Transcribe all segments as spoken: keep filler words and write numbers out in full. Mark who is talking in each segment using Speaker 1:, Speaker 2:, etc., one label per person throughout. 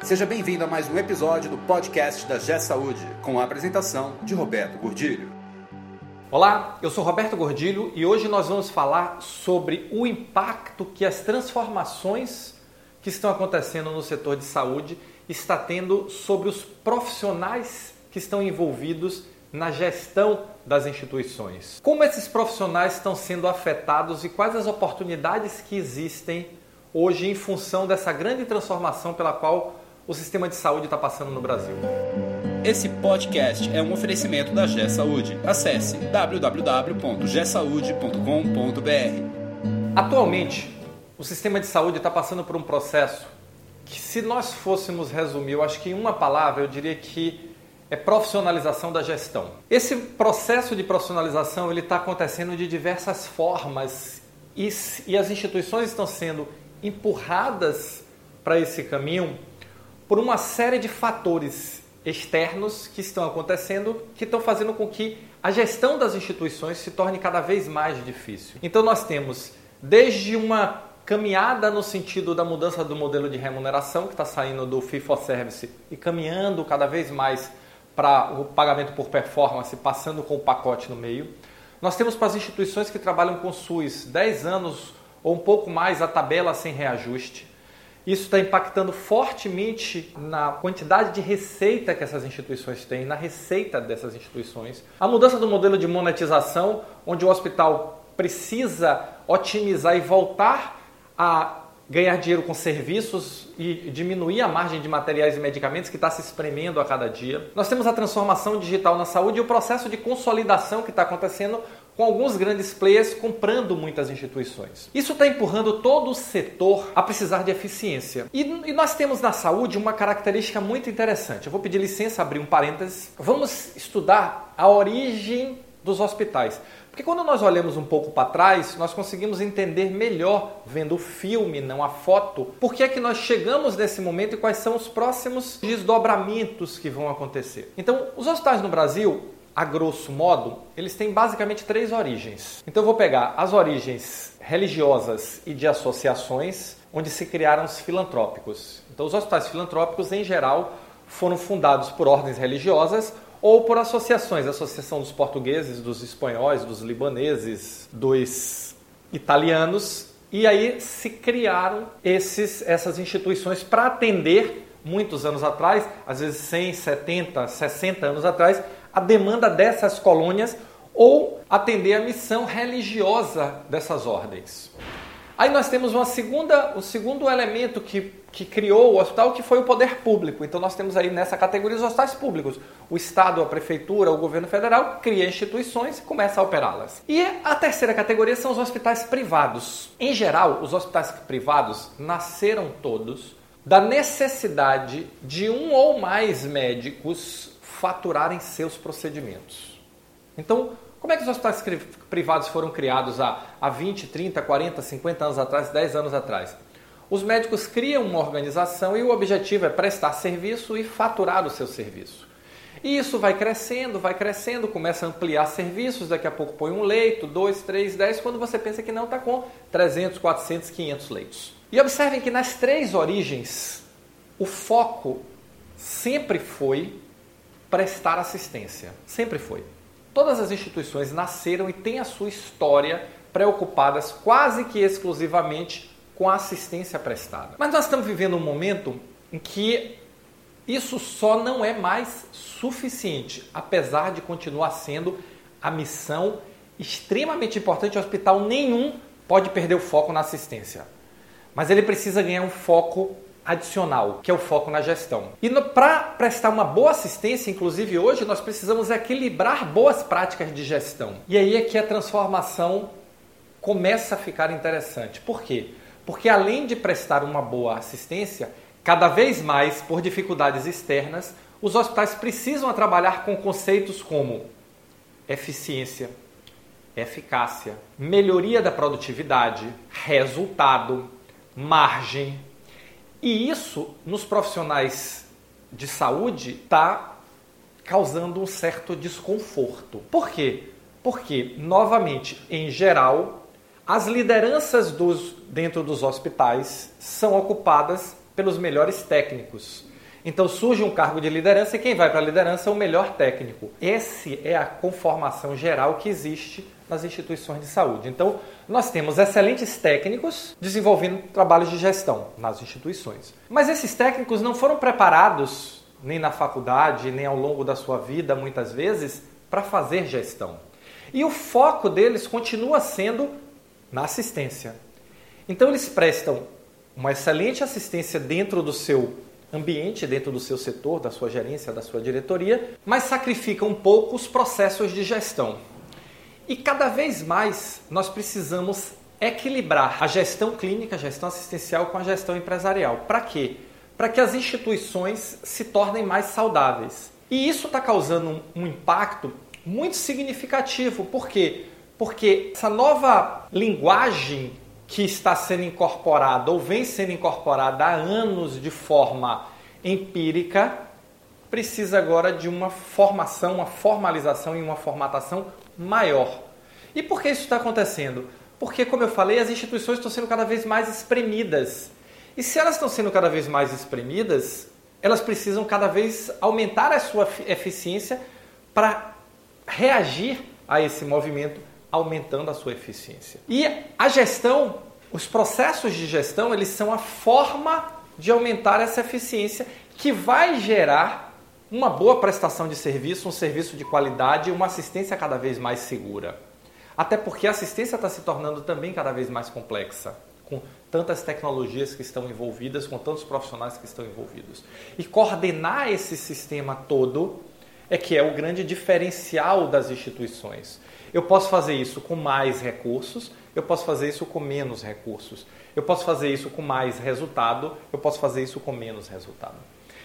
Speaker 1: Seja bem-vindo a mais um episódio do podcast da G E Saúde, com a apresentação de Roberto Gordilho.
Speaker 2: Olá, eu sou Roberto Gordilho e hoje nós vamos falar sobre o impacto que as transformações que estão acontecendo no setor de saúde está tendo sobre os profissionais que estão envolvidos na gestão das instituições. Como esses profissionais estão sendo afetados e quais as oportunidades que existem hoje em função dessa grande transformação pela qual o sistema de saúde está passando no Brasil.
Speaker 1: Esse podcast é um oferecimento da G E Saúde. Acesse w w w ponto g saúde ponto com ponto b r.
Speaker 2: Atualmente, o sistema de saúde está passando por um processo que, se nós fôssemos resumir, eu acho que em uma palavra, eu diria que é profissionalização da gestão. Esse processo de profissionalização ele está acontecendo de diversas formas e, e as instituições estão sendo empurradas para esse caminho por uma série de fatores externos que estão acontecendo, que estão fazendo com que a gestão das instituições se torne cada vez mais difícil. Então nós temos desde uma caminhada no sentido da mudança do modelo de remuneração, que está saindo do fee for service e caminhando cada vez mais para o pagamento por performance, passando com o pacote no meio. Nós temos para as instituições que trabalham com SUS dez anos ou um pouco mais a tabela sem reajuste. Isso está impactando fortemente na quantidade de receita que essas instituições têm, na receita dessas instituições. A mudança do modelo de monetização, onde o hospital precisa otimizar e voltar a ganhar dinheiro com serviços e diminuir a margem de materiais e medicamentos que está se espremendo a cada dia. Nós temos a transformação digital na saúde e o processo de consolidação que está acontecendo com alguns grandes players comprando muitas instituições. Isso está empurrando todo o setor a precisar de eficiência. E, e nós temos na saúde uma característica muito interessante. Eu vou pedir licença, abrir um parênteses. Vamos estudar a origem dos hospitais. Porque quando nós olhamos um pouco para trás, nós conseguimos entender melhor, vendo o filme, não a foto, por que é que nós chegamos nesse momento e quais são os próximos desdobramentos que vão acontecer. Então, os hospitais no Brasil, a grosso modo, eles têm basicamente três origens. Então eu vou pegar as origens religiosas e de associações, onde se criaram os filantrópicos. Então os hospitais filantrópicos, em geral, foram fundados por ordens religiosas ou por associações, a Associação dos Portugueses, dos Espanhóis, dos Libaneses, dos Italianos, e aí se criaram esses, essas instituições para atender, muitos anos atrás, às vezes cem, setenta, sessenta anos atrás, a demanda dessas colônias ou atender a missão religiosa dessas ordens. Aí nós temos uma segunda, um segundo elemento que, que criou o hospital, que foi o poder público. Então nós temos aí nessa categoria os hospitais públicos. O Estado, a Prefeitura, o Governo Federal cria instituições e começa a operá-las. E a terceira categoria são os hospitais privados. Em geral, os hospitais privados nasceram todos da necessidade de um ou mais médicos faturarem seus procedimentos. Então, como é que os hospitais privados foram criados há, há vinte, trinta, quarenta, cinquenta anos atrás, dez anos atrás? Os médicos criam uma organização e o objetivo é prestar serviço e faturar o seu serviço. E isso vai crescendo, vai crescendo, começa a ampliar serviços, daqui a pouco põe um leito, dois, três, dez, quando você pensa que não, está com trezentos, quatrocentos, quinhentos leitos. E observem que nas três origens, o foco sempre foi prestar assistência. Sempre foi. Todas as instituições nasceram e têm a sua história preocupadas quase que exclusivamente com a assistência prestada. Mas nós estamos vivendo um momento em que isso só não é mais suficiente, apesar de continuar sendo a missão extremamente importante. O hospital nenhum pode perder o foco na assistência. Mas ele precisa ganhar um foco adicional, que é o foco na gestão. E para prestar uma boa assistência, inclusive hoje, nós precisamos equilibrar boas práticas de gestão. E aí é que a transformação começa a ficar interessante. Por quê? Porque além de prestar uma boa assistência, cada vez mais, por dificuldades externas, os hospitais precisam trabalhar com conceitos como eficiência, eficácia, melhoria da produtividade, resultado, margem. E isso, nos profissionais de saúde, está causando um certo desconforto. Por quê? Porque, novamente, em geral, as lideranças dos, dentro dos hospitais são ocupadas pelos melhores técnicos. Então surge um cargo de liderança e quem vai para a liderança é o melhor técnico. Essa é a conformação geral que existe nas instituições de saúde. Então nós temos excelentes técnicos desenvolvendo trabalhos de gestão nas instituições. Mas esses técnicos não foram preparados nem na faculdade, nem ao longo da sua vida, muitas vezes, para fazer gestão. E o foco deles continua sendo na assistência. Então eles prestam uma excelente assistência dentro do seu ambiente, dentro do seu setor, da sua gerência, da sua diretoria, mas sacrificam um pouco os processos de gestão. E cada vez mais nós precisamos equilibrar a gestão clínica, a gestão assistencial com a gestão empresarial. Para quê? Para que as instituições se tornem mais saudáveis. E isso está causando um, um impacto muito significativo. Por quê? Porque essa nova linguagem que está sendo incorporada ou vem sendo incorporada há anos de forma empírica, precisa agora de uma formação, uma formalização e uma formatação maior. E por que isso está acontecendo? Porque, como eu falei, as instituições estão sendo cada vez mais espremidas. E se elas estão sendo cada vez mais espremidas, elas precisam cada vez aumentar a sua eficiência para reagir a esse movimento, aumentando a sua eficiência. E a gestão, os processos de gestão, eles são a forma de aumentar essa eficiência que vai gerar uma boa prestação de serviço, um serviço de qualidade e uma assistência cada vez mais segura. Até porque a assistência está se tornando também cada vez mais complexa, com tantas tecnologias que estão envolvidas, com tantos profissionais que estão envolvidos. E coordenar esse sistema todo é que é o grande diferencial das instituições. Eu posso fazer isso com mais recursos, eu posso fazer isso com menos recursos. Eu posso fazer isso com mais resultado, eu posso fazer isso com menos resultado.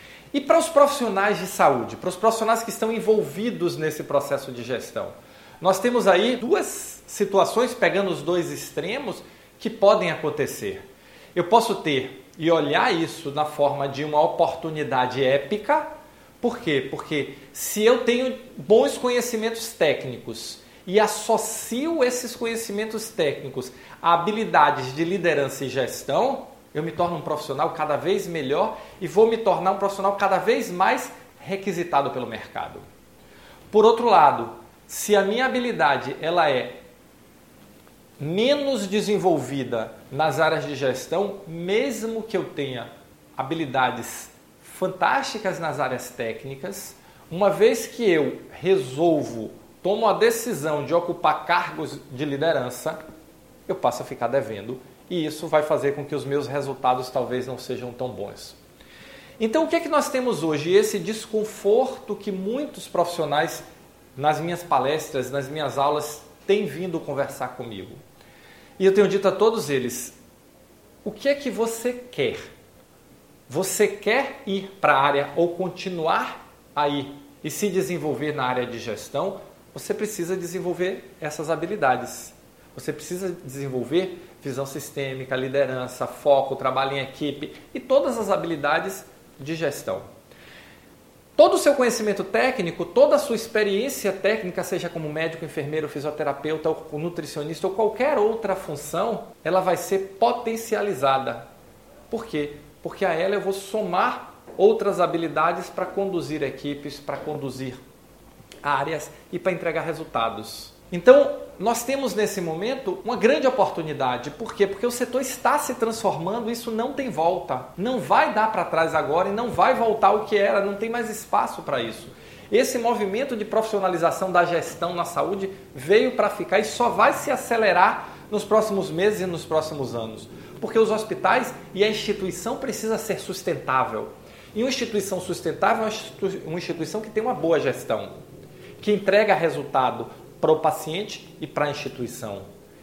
Speaker 2: E para os profissionais de saúde, para os profissionais que estão envolvidos nesse processo de gestão, nós temos aí duas situações, pegando os dois extremos, que podem acontecer. Eu posso ter e olhar isso na forma de uma oportunidade épica. Por quê? Porque se eu tenho bons conhecimentos técnicos e associo esses conhecimentos técnicos a habilidades de liderança e gestão, eu me torno um profissional cada vez melhor e vou me tornar um profissional cada vez mais requisitado pelo mercado. Por outro lado, se a minha habilidade ela é menos desenvolvida nas áreas de gestão, mesmo que eu tenha habilidades fantásticas nas áreas técnicas, uma vez que eu resolvo, tomo a decisão de ocupar cargos de liderança, eu passo a ficar devendo e isso vai fazer com que os meus resultados talvez não sejam tão bons. Então o que é que nós temos hoje? Esse desconforto que muitos profissionais nas minhas palestras, nas minhas aulas, têm vindo conversar comigo. E eu tenho dito a todos eles, o que é que você quer? Você quer ir para a área ou continuar a ir e se desenvolver na área de gestão? Você precisa desenvolver essas habilidades. Você precisa desenvolver visão sistêmica, liderança, foco, trabalho em equipe e todas as habilidades de gestão. Todo o seu conhecimento técnico, toda a sua experiência técnica, seja como médico, enfermeiro, fisioterapeuta, ou nutricionista ou qualquer outra função, ela vai ser potencializada. Por quê? Porque a ela eu vou somar outras habilidades para conduzir equipes, para conduzir áreas e para entregar resultados. Então, nós temos nesse momento uma grande oportunidade. Por quê? Porque o setor está se transformando, isso não tem volta. Não vai dar para trás agora e não vai voltar ao que era, não tem mais espaço para isso. Esse movimento de profissionalização da gestão na saúde veio para ficar e só vai se acelerar nos próximos meses e nos próximos anos. Porque os hospitais e a instituição precisa ser sustentável. E uma instituição sustentável é uma instituição que tem uma boa gestão, que entrega resultado para o paciente e para a instituição.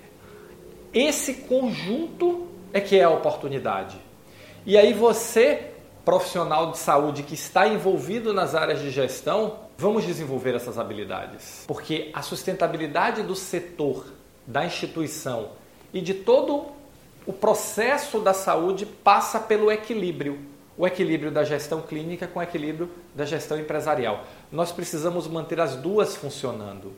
Speaker 2: Esse conjunto é que é a oportunidade. E aí você, profissional de saúde que está envolvido nas áreas de gestão, vamos desenvolver essas habilidades. Porque a sustentabilidade do setor, da instituição e de todo o processo da saúde passa pelo equilíbrio. O equilíbrio da gestão clínica com o equilíbrio da gestão empresarial. Nós precisamos manter as duas funcionando.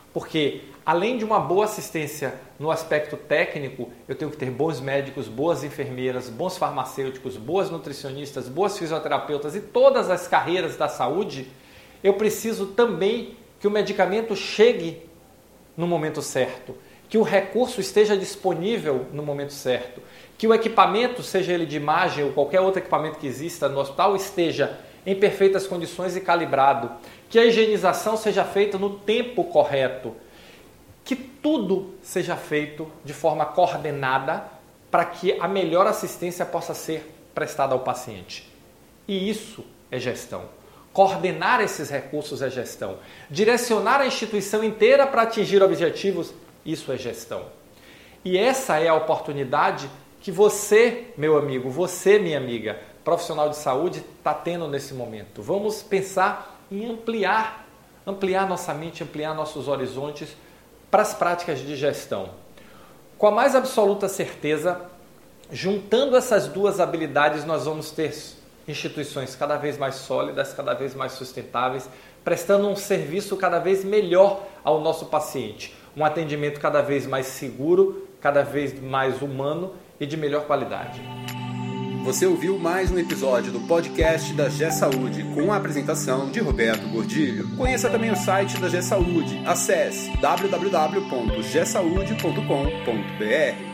Speaker 2: Porque além de uma boa assistência no aspecto técnico, eu tenho que ter bons médicos, boas enfermeiras, bons farmacêuticos, boas nutricionistas, boas fisioterapeutas e todas as carreiras da saúde. Eu preciso também que o medicamento chegue no momento certo, que o recurso esteja disponível no momento certo, que o equipamento, seja ele de imagem ou qualquer outro equipamento que exista no hospital, esteja em perfeitas condições e calibrado, que a higienização seja feita no tempo correto, que tudo seja feito de forma coordenada para que a melhor assistência possa ser prestada ao paciente. E isso é gestão. Coordenar esses recursos é gestão. Direcionar a instituição inteira para atingir objetivos, isso é gestão. E essa é a oportunidade que você, meu amigo, você, minha amiga, profissional de saúde, está tendo nesse momento. Vamos pensar em ampliar, ampliar nossa mente, ampliar nossos horizontes para as práticas de gestão. Com a mais absoluta certeza, juntando essas duas habilidades, nós vamos ter instituições cada vez mais sólidas, cada vez mais sustentáveis, prestando um serviço cada vez melhor ao nosso paciente. Um atendimento cada vez mais seguro, cada vez mais humano e de melhor qualidade.
Speaker 1: Você ouviu mais um episódio do podcast da G Saúde, com a apresentação de Roberto Gordilho. Conheça também o site da G Saúde. Acesse w w w ponto g saúde ponto com ponto b r.